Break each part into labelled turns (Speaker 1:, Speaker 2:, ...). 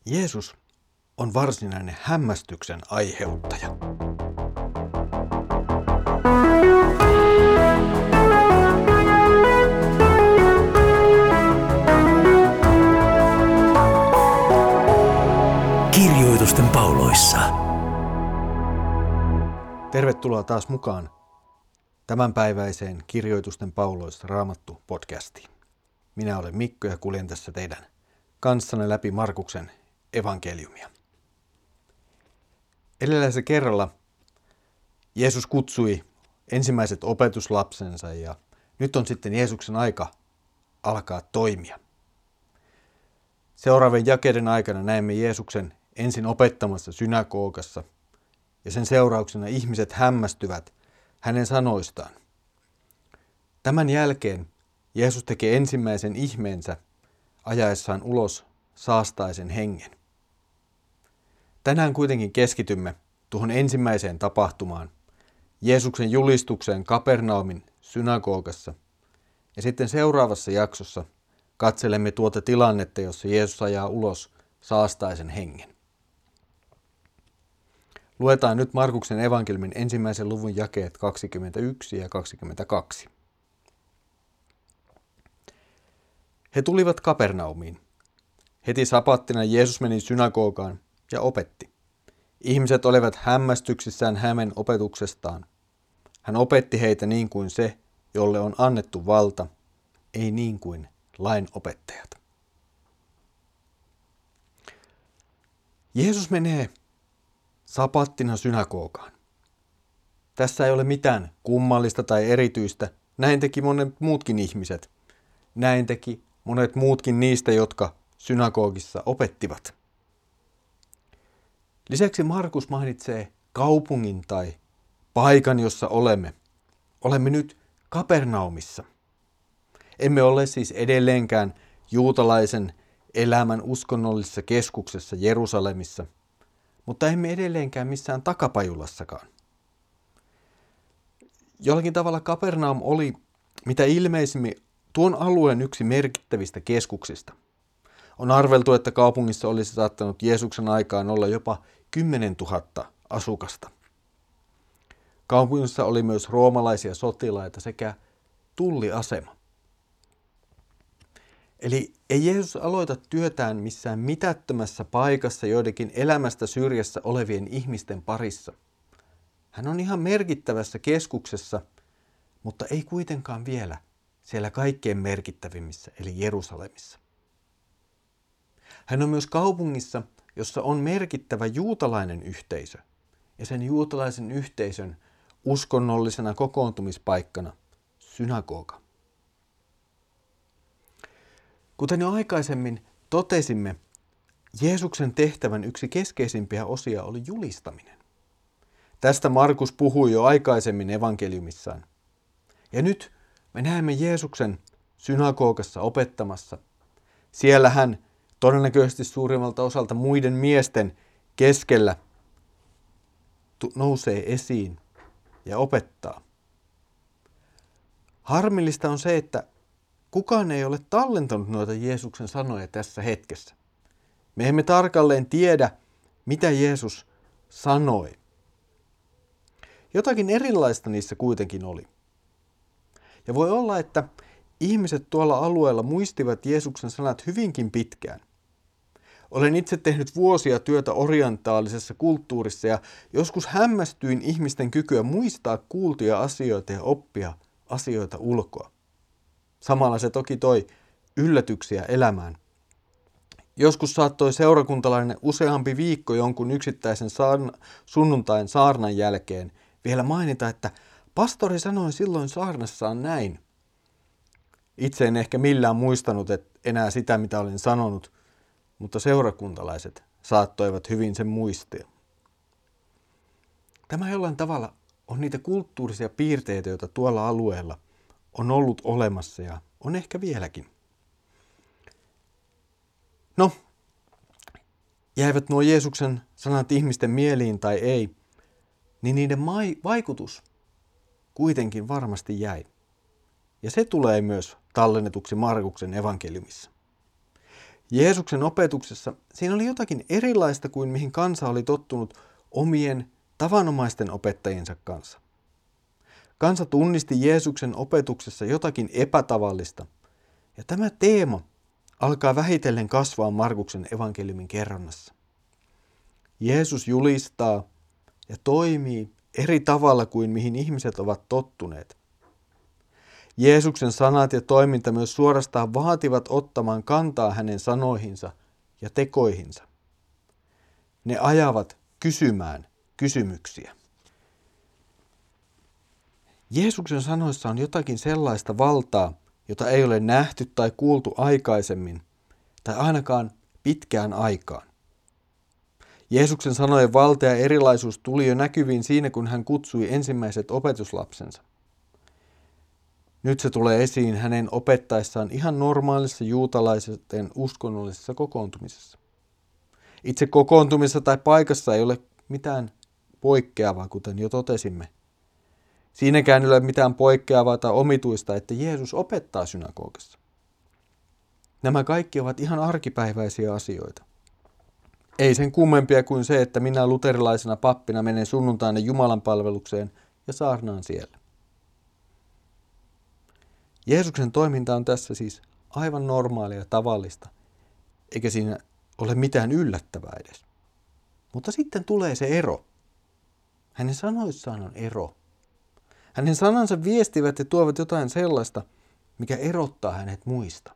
Speaker 1: Jeesus on varsinainen hämmästyksen aiheuttaja.
Speaker 2: Kirjoitusten pauloissa.
Speaker 1: Tervetuloa taas mukaan tämänpäiväiseen Kirjoitusten pauloissa Raamattu podcastiin. Minä olen Mikko ja kuljen tässä teidän kanssanne läpi Markuksen evankeliumia. Edellisellä kerralla Jeesus kutsui ensimmäiset opetuslapsensa ja nyt on sitten Jeesuksen aika alkaa toimia. Seuraavien jakeiden aikana näemme Jeesuksen ensin opettamassa synagogassa ja sen seurauksena ihmiset hämmästyvät hänen sanoistaan. Tämän jälkeen Jeesus tekee ensimmäisen ihmeensä ajaessaan ulos saastaisen hengen. Tänään kuitenkin keskitymme tuohon ensimmäiseen tapahtumaan, Jeesuksen julistukseen Kapernaumin synagogassa, ja sitten seuraavassa jaksossa katselemme tuota tilannetta, jossa Jeesus ajaa ulos saastaisen hengen. Luetaan nyt Markuksen evankeliumin ensimmäisen luvun jakeet 21 ja 22. He tulivat Kapernaumiin. Heti sapattina Jeesus meni synagogaan ja opetti. Ihmiset olivat hämmästyksissään hänen opetuksestaan. Hän opetti heitä niin kuin se, jolle on annettu valta, ei niin kuin lain opettajat. Jeesus menee sapattina synagogaan. Tässä ei ole mitään kummallista tai erityistä. Näin teki monet muutkin ihmiset. Näin teki monet muutkin niistä, jotka synagogissa opettivat. Lisäksi Markus mainitsee kaupungin tai paikan, jossa olemme. Olemme nyt Kapernaumissa. Emme ole siis edelleenkään juutalaisen elämän uskonnollisessa keskuksessa Jerusalemissa, mutta emme edelleenkään missään takapajulassakaan. Jollakin tavalla Kapernaum oli mitä ilmeisimmin tuon alueen yksi merkittävistä keskuksista. On arveltu, että kaupungissa olisi saattanut Jeesuksen aikaan olla jopa 10 000 asukasta. Kaupungissa oli myös roomalaisia sotilaita sekä tulliasema. Eli ei Jeesus aloita työtään missään mitättömässä paikassa joidenkin elämästä syrjässä olevien ihmisten parissa. Hän on ihan merkittävässä keskuksessa, mutta ei kuitenkaan vielä siellä kaikkein merkittävimmissä, eli Jerusalemissa. Hän on myös kaupungissa, jossa on merkittävä juutalainen yhteisö, ja sen juutalaisen yhteisön uskonnollisena kokoontumispaikkana synagoga. Kuten jo aikaisemmin totesimme, Jeesuksen tehtävän yksi keskeisimpiä osia oli julistaminen. Tästä Markus puhui jo aikaisemmin evankeliumissaan. Ja nyt me näemme Jeesuksen synagogassa opettamassa. Siellä hän todennäköisesti suurimmalta osalta muiden miesten keskellä nousee esiin ja opettaa. Harmillista on se, että kukaan ei ole tallentanut noita Jeesuksen sanoja tässä hetkessä. Me emme tarkalleen tiedä, mitä Jeesus sanoi. Jotakin erilaista niissä kuitenkin oli. Ja voi olla, että ihmiset tuolla alueella muistivat Jeesuksen sanat hyvinkin pitkään. Olen itse tehnyt vuosia työtä orientaalisessa kulttuurissa ja joskus hämmästyin ihmisten kykyä muistaa kuultuja asioita ja oppia asioita ulkoa. Samalla se toki toi yllätyksiä elämään. Joskus saattoi seurakuntalainen useampi viikko jonkun yksittäisen sunnuntain saarnan jälkeen vielä mainita, että pastori sanoi silloin saarnassaan näin. Itse en ehkä millään muistanut enää sitä, mitä olin sanonut, mutta seurakuntalaiset saattoivat hyvin sen muistia. Tämä jollain tavalla on niitä kulttuurisia piirteitä, joita tuolla alueella on ollut olemassa ja on ehkä vieläkin. No, jäivät nuo Jeesuksen sanat ihmisten mieliin tai ei, niin niiden vaikutus kuitenkin varmasti jäi. Ja se tulee myös tallennetuksi Markuksen evankeliumissa. Jeesuksen opetuksessa siinä oli jotakin erilaista kuin mihin kansa oli tottunut omien tavanomaisten opettajiensa kanssa. Kansa tunnisti Jeesuksen opetuksessa jotakin epätavallista, ja tämä teema alkaa vähitellen kasvaa Markuksen evankeliumin kerronnassa. Jeesus julistaa ja toimii eri tavalla kuin mihin ihmiset ovat tottuneet. Jeesuksen sanat ja toiminta myös suorastaan vaativat ottamaan kantaa hänen sanoihinsa ja tekoihinsa. Ne ajavat kysymään kysymyksiä. Jeesuksen sanoissa on jotakin sellaista valtaa, jota ei ole nähty tai kuultu aikaisemmin, tai ainakaan pitkään aikaan. Jeesuksen sanojen valta ja erilaisuus tuli jo näkyviin siinä, kun hän kutsui ensimmäiset opetuslapsensa. Nyt se tulee esiin hänen opettaessaan ihan normaalissa juutalaisten uskonnollisessa kokoontumisessa. Itse kokoontumisessa tai paikassa ei ole mitään poikkeavaa, kuten jo totesimme. Siinäkään ei ole mitään poikkeavaa tai omituista, että Jeesus opettaa synagogassa. Nämä kaikki ovat ihan arkipäiväisiä asioita. Ei sen kummempia kuin se, että minä luterilaisena pappina menen sunnuntaina Jumalan palvelukseen ja saarnaan siellä. Jeesuksen toiminta on tässä siis aivan normaalia ja tavallista, eikä siinä ole mitään yllättävää edes. Mutta sitten tulee se ero. Hänen sanoissaan on ero. Hänen sanansa viestivät ja tuovat jotain sellaista, mikä erottaa hänet muista.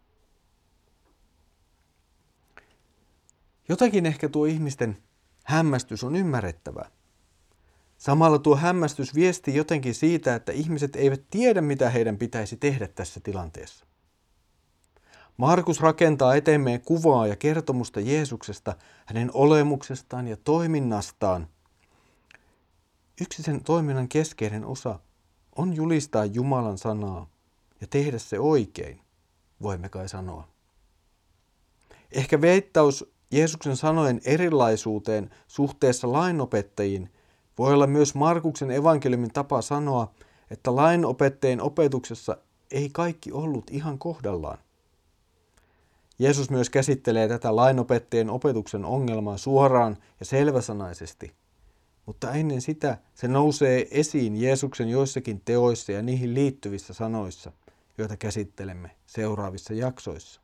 Speaker 1: Jotakin ehkä tuo ihmisten hämmästys on ymmärrettävää. Samalla tuo hämmästys viestii jotenkin siitä, että ihmiset eivät tiedä, mitä heidän pitäisi tehdä tässä tilanteessa. Markus rakentaa eteemme kuvaa ja kertomusta Jeesuksesta, hänen olemuksestaan ja toiminnastaan. Yksi sen toiminnan keskeinen osa on julistaa Jumalan sanaa ja tehdä se oikein, voimme kai sanoa. Ehkä viittaus Jeesuksen sanojen erilaisuuteen suhteessa lainopettajiin voi olla myös Markuksen evankeliumin tapa sanoa, että lainopettajien opetuksessa ei kaikki ollut ihan kohdallaan. Jeesus myös käsittelee tätä lainopettajien opetuksen ongelmaa suoraan ja selväsanaisesti, mutta ennen sitä se nousee esiin Jeesuksen joissakin teoissa ja niihin liittyvissä sanoissa, joita käsittelemme seuraavissa jaksoissa.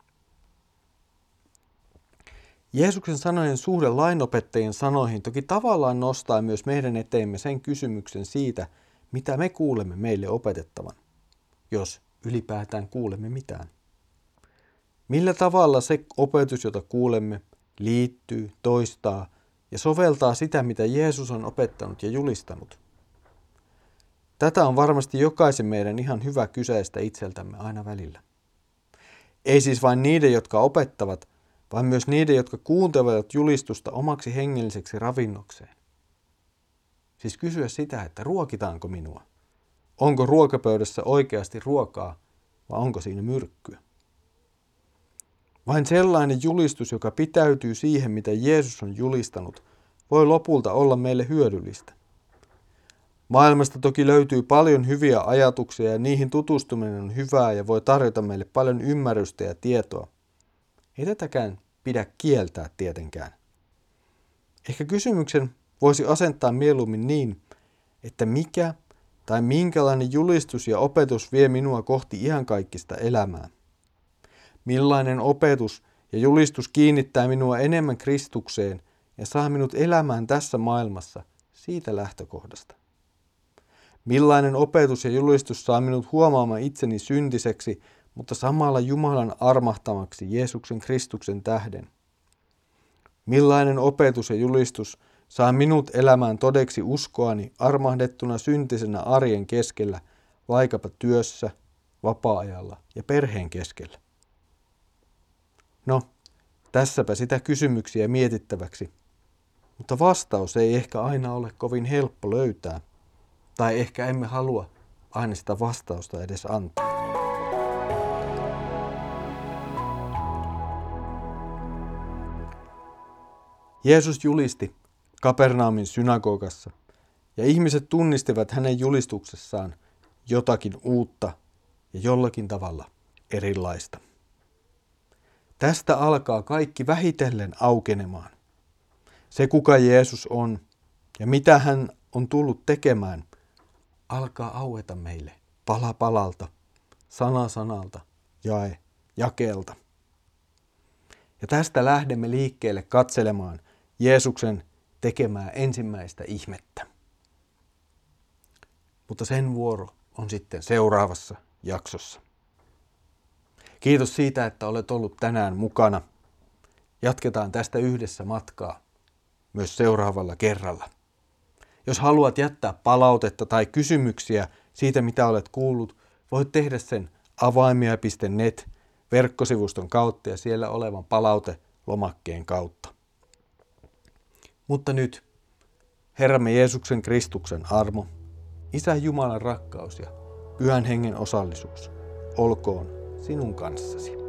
Speaker 1: Jeesuksen sanojen suhde lainopettajien sanoihin toki tavallaan nostaa myös meidän eteemme sen kysymyksen siitä, mitä me kuulemme meille opetettavan, jos ylipäätään kuulemme mitään. Millä tavalla se opetus, jota kuulemme, liittyy, toistaa ja soveltaa sitä, mitä Jeesus on opettanut ja julistanut? Tätä on varmasti jokaisen meidän ihan hyvä kyseistä itseltämme aina välillä. Ei siis vain niiden, jotka opettavat, vaan myös niiden, jotka kuuntelevat julistusta omaksi hengelliseksi ravinnokseen. Siis kysyä sitä, että ruokitaanko minua? Onko ruokapöydässä oikeasti ruokaa vai onko siinä myrkkyä? Vain sellainen julistus, joka pitäytyy siihen, mitä Jeesus on julistanut, voi lopulta olla meille hyödyllistä. Maailmasta toki löytyy paljon hyviä ajatuksia ja niihin tutustuminen on hyvää ja voi tarjota meille paljon ymmärrystä ja tietoa. Ei tätäkään pidä kieltää tietenkään. Ehkä kysymyksen voisi asentaa mieluummin niin, että mikä tai minkälainen julistus ja opetus vie minua kohti iankaikkista elämää. Millainen opetus ja julistus kiinnittää minua enemmän Kristukseen ja saa minut elämään tässä maailmassa siitä lähtökohdasta. Millainen opetus ja julistus saa minut huomaamaan itseni syntiseksi, mutta samalla Jumalan armahtamaksi Jeesuksen Kristuksen tähden. Millainen opetus ja julistus saa minut elämään todeksi uskoani armahdettuna syntisenä arjen keskellä, vaikkapa työssä, vapaa-ajalla ja perheen keskellä? No, tässäpä sitä kysymyksiä mietittäväksi, mutta vastaus ei ehkä aina ole kovin helppo löytää, tai ehkä emme halua aina sitä vastausta edes antaa. Jeesus julisti Kapernaumin synagogassa, ja ihmiset tunnistivat hänen julistuksessaan jotakin uutta ja jollakin tavalla erilaista. Tästä alkaa kaikki vähitellen aukenemaan. Se, kuka Jeesus on ja mitä hän on tullut tekemään, alkaa aueta meille pala palalta, sana sanalta, jae jakeelta. Ja tästä lähdemme liikkeelle katselemaan Jeesuksen tekemää ensimmäistä ihmettä. Mutta sen vuoro on sitten seuraavassa jaksossa. Kiitos siitä, että olet ollut tänään mukana. Jatketaan tästä yhdessä matkaa myös seuraavalla kerralla. Jos haluat jättää palautetta tai kysymyksiä siitä, mitä olet kuullut, voit tehdä sen avaimia.net verkkosivuston kautta ja siellä olevan palautelomakkeen kautta. Mutta nyt Herramme Jeesuksen Kristuksen armo, Isä Jumalan rakkaus ja Pyhän Hengen osallisuus olkoon sinun kanssasi.